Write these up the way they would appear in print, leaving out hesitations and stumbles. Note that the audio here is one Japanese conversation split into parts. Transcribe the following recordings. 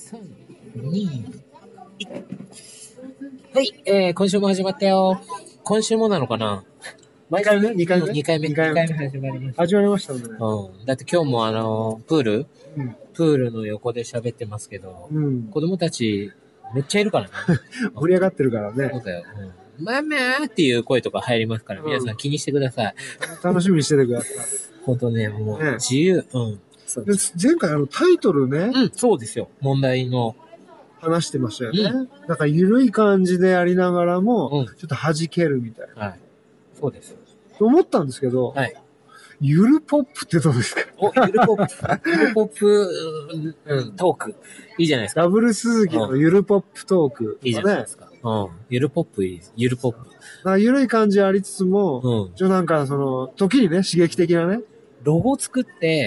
3、2、はい、今週も始まったよ。今週もなのかな？ 毎回ね、2回目 ?2 回目始まりました。 始まりましたね。 だって今日もプール、プールの横で喋ってますけど、子供たちめっちゃいるからね。 盛り上がってるからね。 そうだよ。ママーっていう声とか入りますから、皆さん気にしてください。 楽しみにしててください。 ほんとね、もう自由。 そうで前回タイトルね。 そうですよ。問題の。 話してましたよね。なんか緩い感じでやりながらも、ちょっと弾けるみたいな。 はい。そうです。 と思ったんですけど、 はい。 ゆるポップってどうですか？ ゆるポップ。ゆるポップ、トーク。いいじゃないですか。 ダブル鈴木のゆるポップトーク、 いいじゃないですか。ゆるポップいいです。ゆるポップ。 ゆるい感じありつつも、なんか時にね、刺激的なね。 ロゴ作って、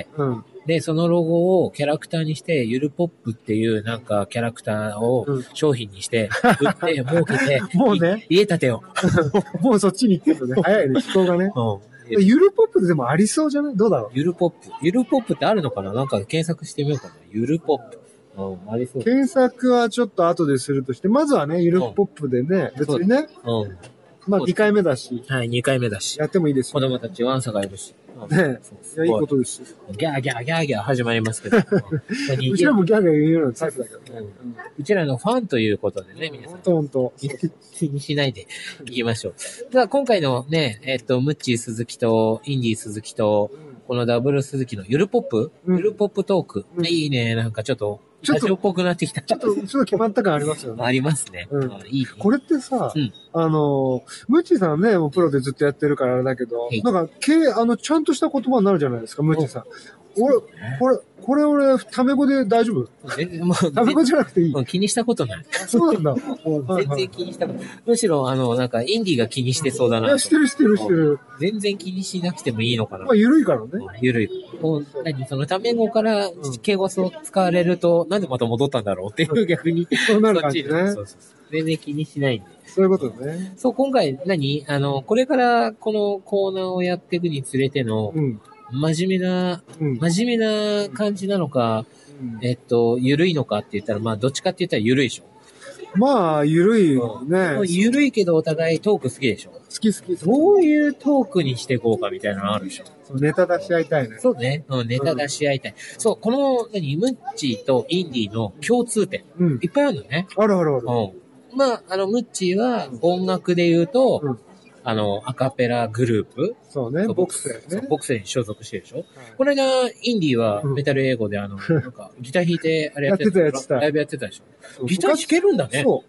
で、そのロゴをキャラクターにして、ゆるポップっていうなんかキャラクターを商品にして、売って、儲けて、 もうね、 家建てよう。もうそっちに行ってるとね、早いね、思考がね。ゆるポップってでもありそうじゃない？どうだろう？ ゆるポップ。ゆるポップってあるのかな？なんか検索してみようかな。ゆるポップ。ありそう。 検索はちょっと後でするとして、まずはね、ゆるポップでね、別にね。まあ2回目だし。 はい、2回目だし。 やってもいいですよ。 子供たちワンサがいるし。 ねいいことですよ。 ギャーギャーギャーギャー始まりますけど。 うちらもギャーギャー言うようなタイプだけどね。 うちらのファンということでね、皆さん。 ほんと。 気にしないでいきましょう。では今回のね、ムッチー鈴木と、インディー鈴木と、このダブル鈴木のゆるポップ、ゆるポップトーク。いいね、なんかちょっと、ラジオっぽくなってきた。 ちょっと決まった感ありますよね。 ありますね。いい。 これってさ、ムッチーさんね、もうプロでずっとやってるからあれだけど、なんか、ちゃんとした言葉になるじゃないですか、ムッチーさん。これ俺、タメ語で大丈夫？タメ語じゃなくていい？ 気にしたことない。 そうなんだ。 全然気にしたことない。むしろ、なんか、インディーが気にしてそうだな。 いや、してる。 全然気にしなくてもいいのかな。 まあ、緩いからね。 緩い。そのタメ語から敬語を使われると、なんでまた戻ったんだろうっていう逆に。 そうなる感じね。 全然気にしないんで。 そういうことね。 そう、今回これからこのコーナーをやっていくにつれての、真面目な感じなのか、ゆるいのかって言ったら、まあ、どっちかって言ったらゆるいでしょ。 まあ、ゆるいね。 ゆるいけどお互いトーク好きでしょ。 好き。 どういうトークにしていこうかみたいなのあるでしょ。 ネタ出し合いたいね。 そうね。ネタ出し合いたい。そう、この、ムッチーとインディの共通点。いっぱいあるのね。 ある。 まあ、ムッチーは音楽で言うと、アカペラグループ。 そうね。ボクセルね。 ボクセルに所属してるでしょ。これが、インディはメタル英語でなんか、ギター弾いて、あれやってた。ライブやってたでしょ。ギター弾けるんだね。 そう。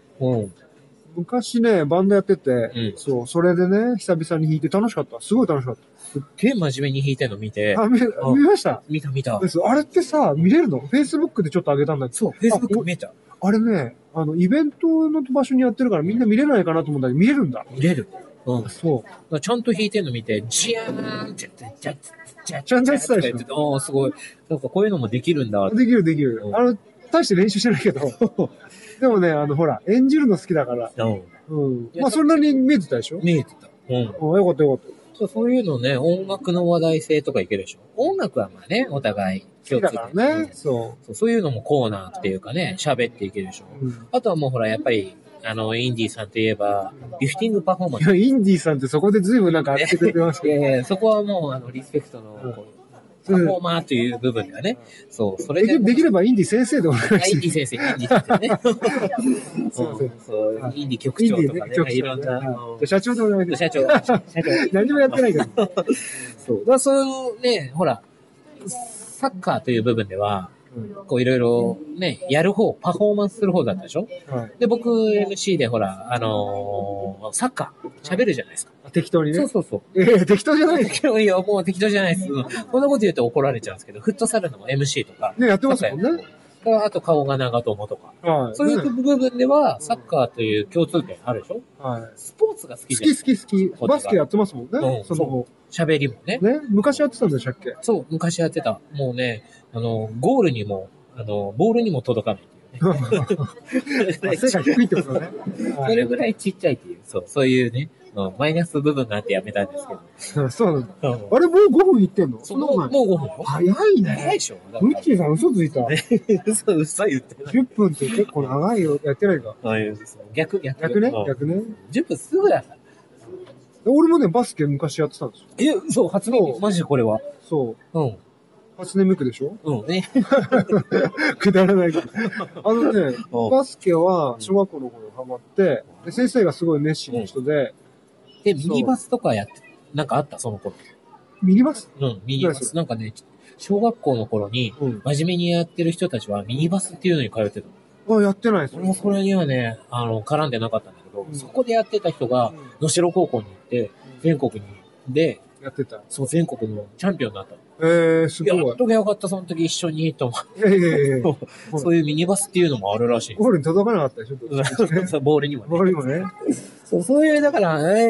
昔ね、バンドやってて、それでね、久々に弾いて楽しかった。すごい楽しかった。 すっげえ真面目に弾いてんの見て。 見ました？ 見た。 あれってさ、見れるの？ Facebook でちょっと上げたんだけど。 そう、Facebook 見えた。 あれね、イベントの場所にやってるからみんな見れないかなと思ったけど、見れるんだ。 見れる。 そう。 ちゃんと弾いてんの見て、ジャーンってちゃんとやってたでしょ。すごい。なんかこういうのもできるんだ。 できる。大して練習してないけど。でもね、ほら、演じるの好きだから。まあ、それなりに見えてたでしょ？ 見えてた。 よかった。 そういうのね、音楽の話題性とかいけるでしょ。音楽はまあね、お互い共通点ね。 そういうのもコーナーっていうかね、喋っていけるでしょ。あとはもうほら、やっぱり、インディーさんといえば、リフティングパフォーマンス。 いや、インディーさんってそこで随分なんか上げてくれてますけど。そこはもう、リスペクトの、パフォーマーという部分ではね。そう、それできればインディ先生でお願いします。 インディ先生ね。そう、インディ局長とかね、いろんな。 社長でお願いします。 社長。 何もやってないから。 そういうね、ほら、サッカーという部分では、こういろいろね、やる方、パフォーマンスする方だったでしょ？で、僕 MC でほら、サッカー喋るじゃないですか。 適当にね。 そう。 適当じゃないですいや、もう適当じゃないです。こんなこと言うと怒られちゃうんですけど、フットサルの MC とか。 ね、やってますもんね。 あと、顔が長友とか。そういう部分では、サッカーという共通点あるでしょ？スポーツが好きじゃん。 好き。バスケやってますもんね。 喋りもね。 昔やってたんでしたっけ？ そう、昔やってた。もうね、ゴールにも、ボールにも届かないっていうね。 背が低いってことね。 それぐらいちっちゃいっていう、そういうね、 マイナス部分があってやめたんですけど。 そうなんだ。あれもう5分いってんの？ もう5分よ。 早いね。 早いでしょ。 ムッチーさん嘘ついた。 嘘言ってない。 10分って結構長いよ。やってないか。 逆ね。10分すぐだ。 俺もね、バスケ昔やってたんですよ。 そう、初耳。マジでこれは。 そう。 うん。 初音ミクでしょ？ ね。 くだらないけど。バスケは小学校の頃ハマって、で先生がすごい熱心な人で。 ミニバスとかなんかあったその頃。 ミニバス？ ミニバス。なんかね、小学校の頃に、真面目にやってる人たちはミニバスっていうのに通ってた。 やってないです。 俺もそれにはね、絡んでなかったんだけど、そこでやってた人が、能代高校に行って、全国で、 やってた。 そう、全国のチャンピオンになった。 すごい。 やっとけよかった、その時一緒に、と思って。そういうミニバスっていうのもあるらしい。 ゴールに届かなかったでしょ？ ボールにもね。 ボールにもね。 そういう、だから、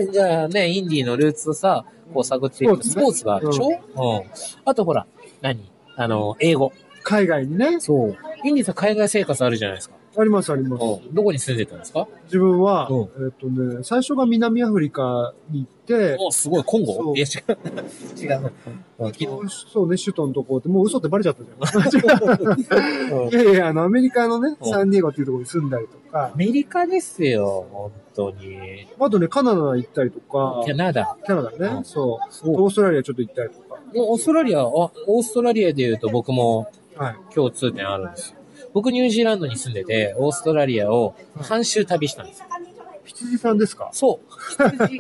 じゃあね、インディーのルーツをさ、こう探っていくスポーツがあるでしょ？あとほら、英語。 海外にね。 そう。インディーさん海外生活あるじゃないですか。 あります、あります。 どこに住んでたんですか？ 自分は、最初が南アフリカに行って、 すごい、コンゴ？いや、違う。 そうね、首都のとこって、もう嘘ってバレちゃったじゃん。いや、アメリカのね、サンディエゴっていうところに住んだりとか。 アメリカですよ、本当に。 あとね、カナダ行ったりとか。 キャナダね。そう。オーストラリアちょっと行ったりとか。 オーストラリアで言うと僕も共通点あるんですよ。僕ニュージーランドに住んでて、オーストラリアを半周旅したんですよ。 羊さんですか？ そう。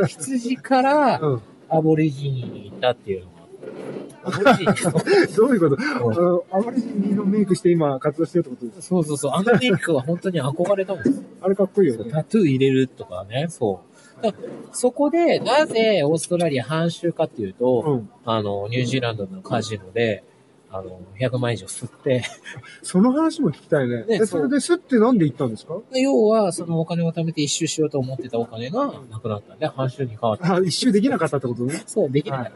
羊からアボリジニに行ったっていうのが。アボリジニどういうこと？アボリジニのメイクして今活動してるってことですか？ そう。あのメイクは本当に憧れたもんです。 あれかっこいいよね。 タトゥー入れるとかね、そう。そこで、なぜオーストラリア半周かっていうと、ニュージーランドのカジノで、100万以上吸って。 その話も聞きたいね。それで吸ってなんで行ったんですか？ 要は、そのお金を貯めて一周しようと思ってたお金がなくなったんで、半周に変わった。 一周できなかったってことね。 そう、できなかった。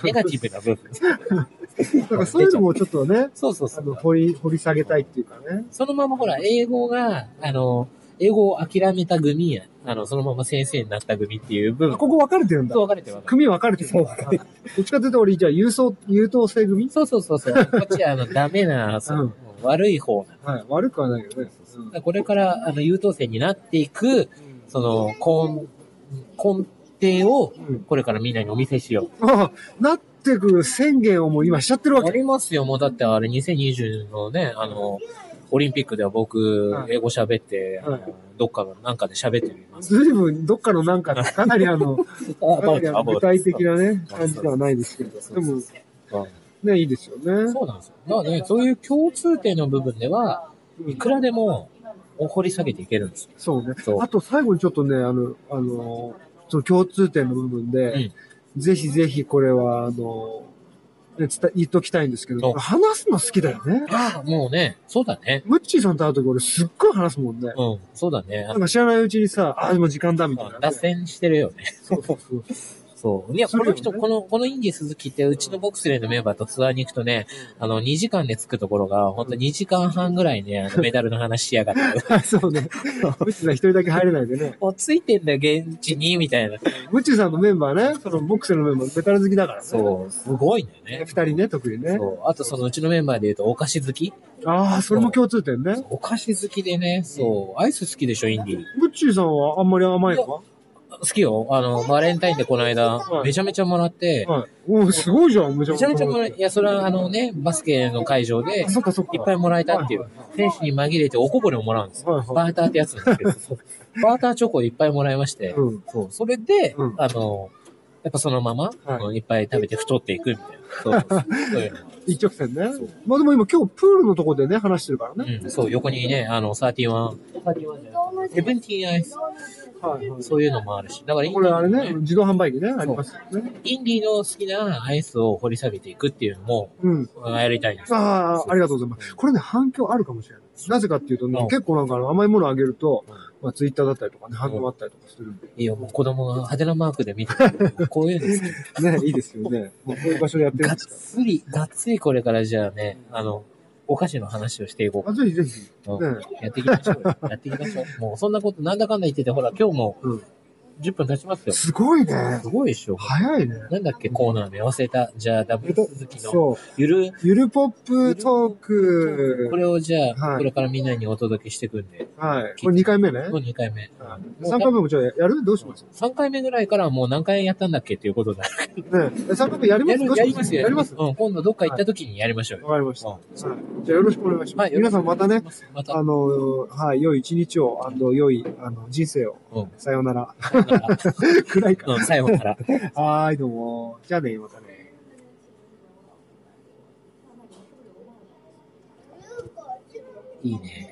ネガティブな部分。 だからそういうのもちょっとね、 そう。 掘り下げたいっていうかね。 そのままほら、英語を諦めた組や、そのまま先生になった組っていう部分。 ここ分かれてるんだ。 そう、分かれてる。 組分かれてる。どっちかというと俺、じゃあ優等生組？ そう。こっちはダメな、悪い方な。はい、悪くはないけどね。 これから、優等生になっていく、その、根底を、これからみんなにお見せしよう。 なってく宣言をもう今しちゃってるわけ？ ありますよ、もうだってあれ2020のね、オリンピックでは僕、英語喋って、どっかのなんかで喋ってみます。 ずいぶんどっかのなんかでかなり具体的なね、感じではないですけど。でも、ね、いいですよね。 そうなんですよ。だからね、そういう共通点の部分では、いくらでも掘り下げていけるんですよ。 そうね。あと最後にちょっとね、その共通点の部分で、ぜひこれは、言っときたいんですけど、話すの好きだよね。 もうね、そうだね。 ムッチーさんと会うとき俺すっごい話すもんね。 そうだね。 なんか知らないうちにさ、でも時間だみたいな。 脱線してるよね。そう。いや、この人、このインディ鈴木って、うちのボックスレーのメンバーとツアーに行くとね、2時間で着くところが、ほんと2時間半ぐらいね、メダルの話しやがって。 そうね。ムッチーさん一人だけ入れないでね。 もうついてんだよ、現地に、みたいな。 ムッチーさんのメンバーね、そのボックスレーのメンバー、メタル好きだからね。 そう、すごいんだよね。 二人ね、特にね。 そう。あとうちのメンバーで言うと、お菓子好き？ それも共通点ね。 お菓子好きでね、そう。アイス好きでしょ、インディ。 ムッチーさんはあんまり甘いのか？ 好きよ。バレンタインでこの間、めちゃめちゃもらって。 すごいじゃん、 めちゃめちゃもらい、いや、それはバスケの会場で、いっぱいもらえたっていう。選手に紛れておこぼれをもらうんですよ。バーターってやつなんですけど、バーターチョコいっぱいもらいまして、そう。それで、やっぱそのまま、いっぱい食べて太っていくみたいな。そういうの。 一直線ね。まあでも今プールのとこでね、話してるからね。 そう、横にね、31じゃない。セブンティーンアイス。そういうのもあるし。だからこれあれね、自動販売機ね、ありますよね。 インディの好きなアイスを掘り下げていくっていうのも、やりたいんです。 ありがとうございます。これね、反響あるかもしれない。なぜかっていうとね、結構なんか甘いものあげると、ツイッターだったりとかね、反応あったりとかするんで。 いいよ、もう子供が派手なマークで見てる。こういうの好き。 ね、いいですよね。もうこういう場所でやってるんですか？ がっつりこれからじゃあね、お菓子の話をしていこう。 ぜひ。 やっていきましょう。もうそんなこと、なんだかんだ言ってて、ほら、今日も、 10分経ちますよ。 すごいね。 すごいでしょ。 早いね。 なんだっけ、コーナーで忘れた。じゃあ、ダブル続きの。 そう。ゆるポップトーク。 これをじゃあ、これからみんなにお届けしていくんで。 はい。これ2回目ね。 もう2回目。 3回目もじゃあやるどうします ?3 回目ぐらいからもう何回やったんだっけっていうことだ。 ね。3回目やりますやりますよ。 やりますうん。今度どっか行った時にやりましょう。 わかりました。じゃあよろしくお願いします。皆さんまたね、はい、良い一日を、良い、人生を。さようなら。暗いか。 さようなら。 はい、どうも。じゃあね、またね。 いいね。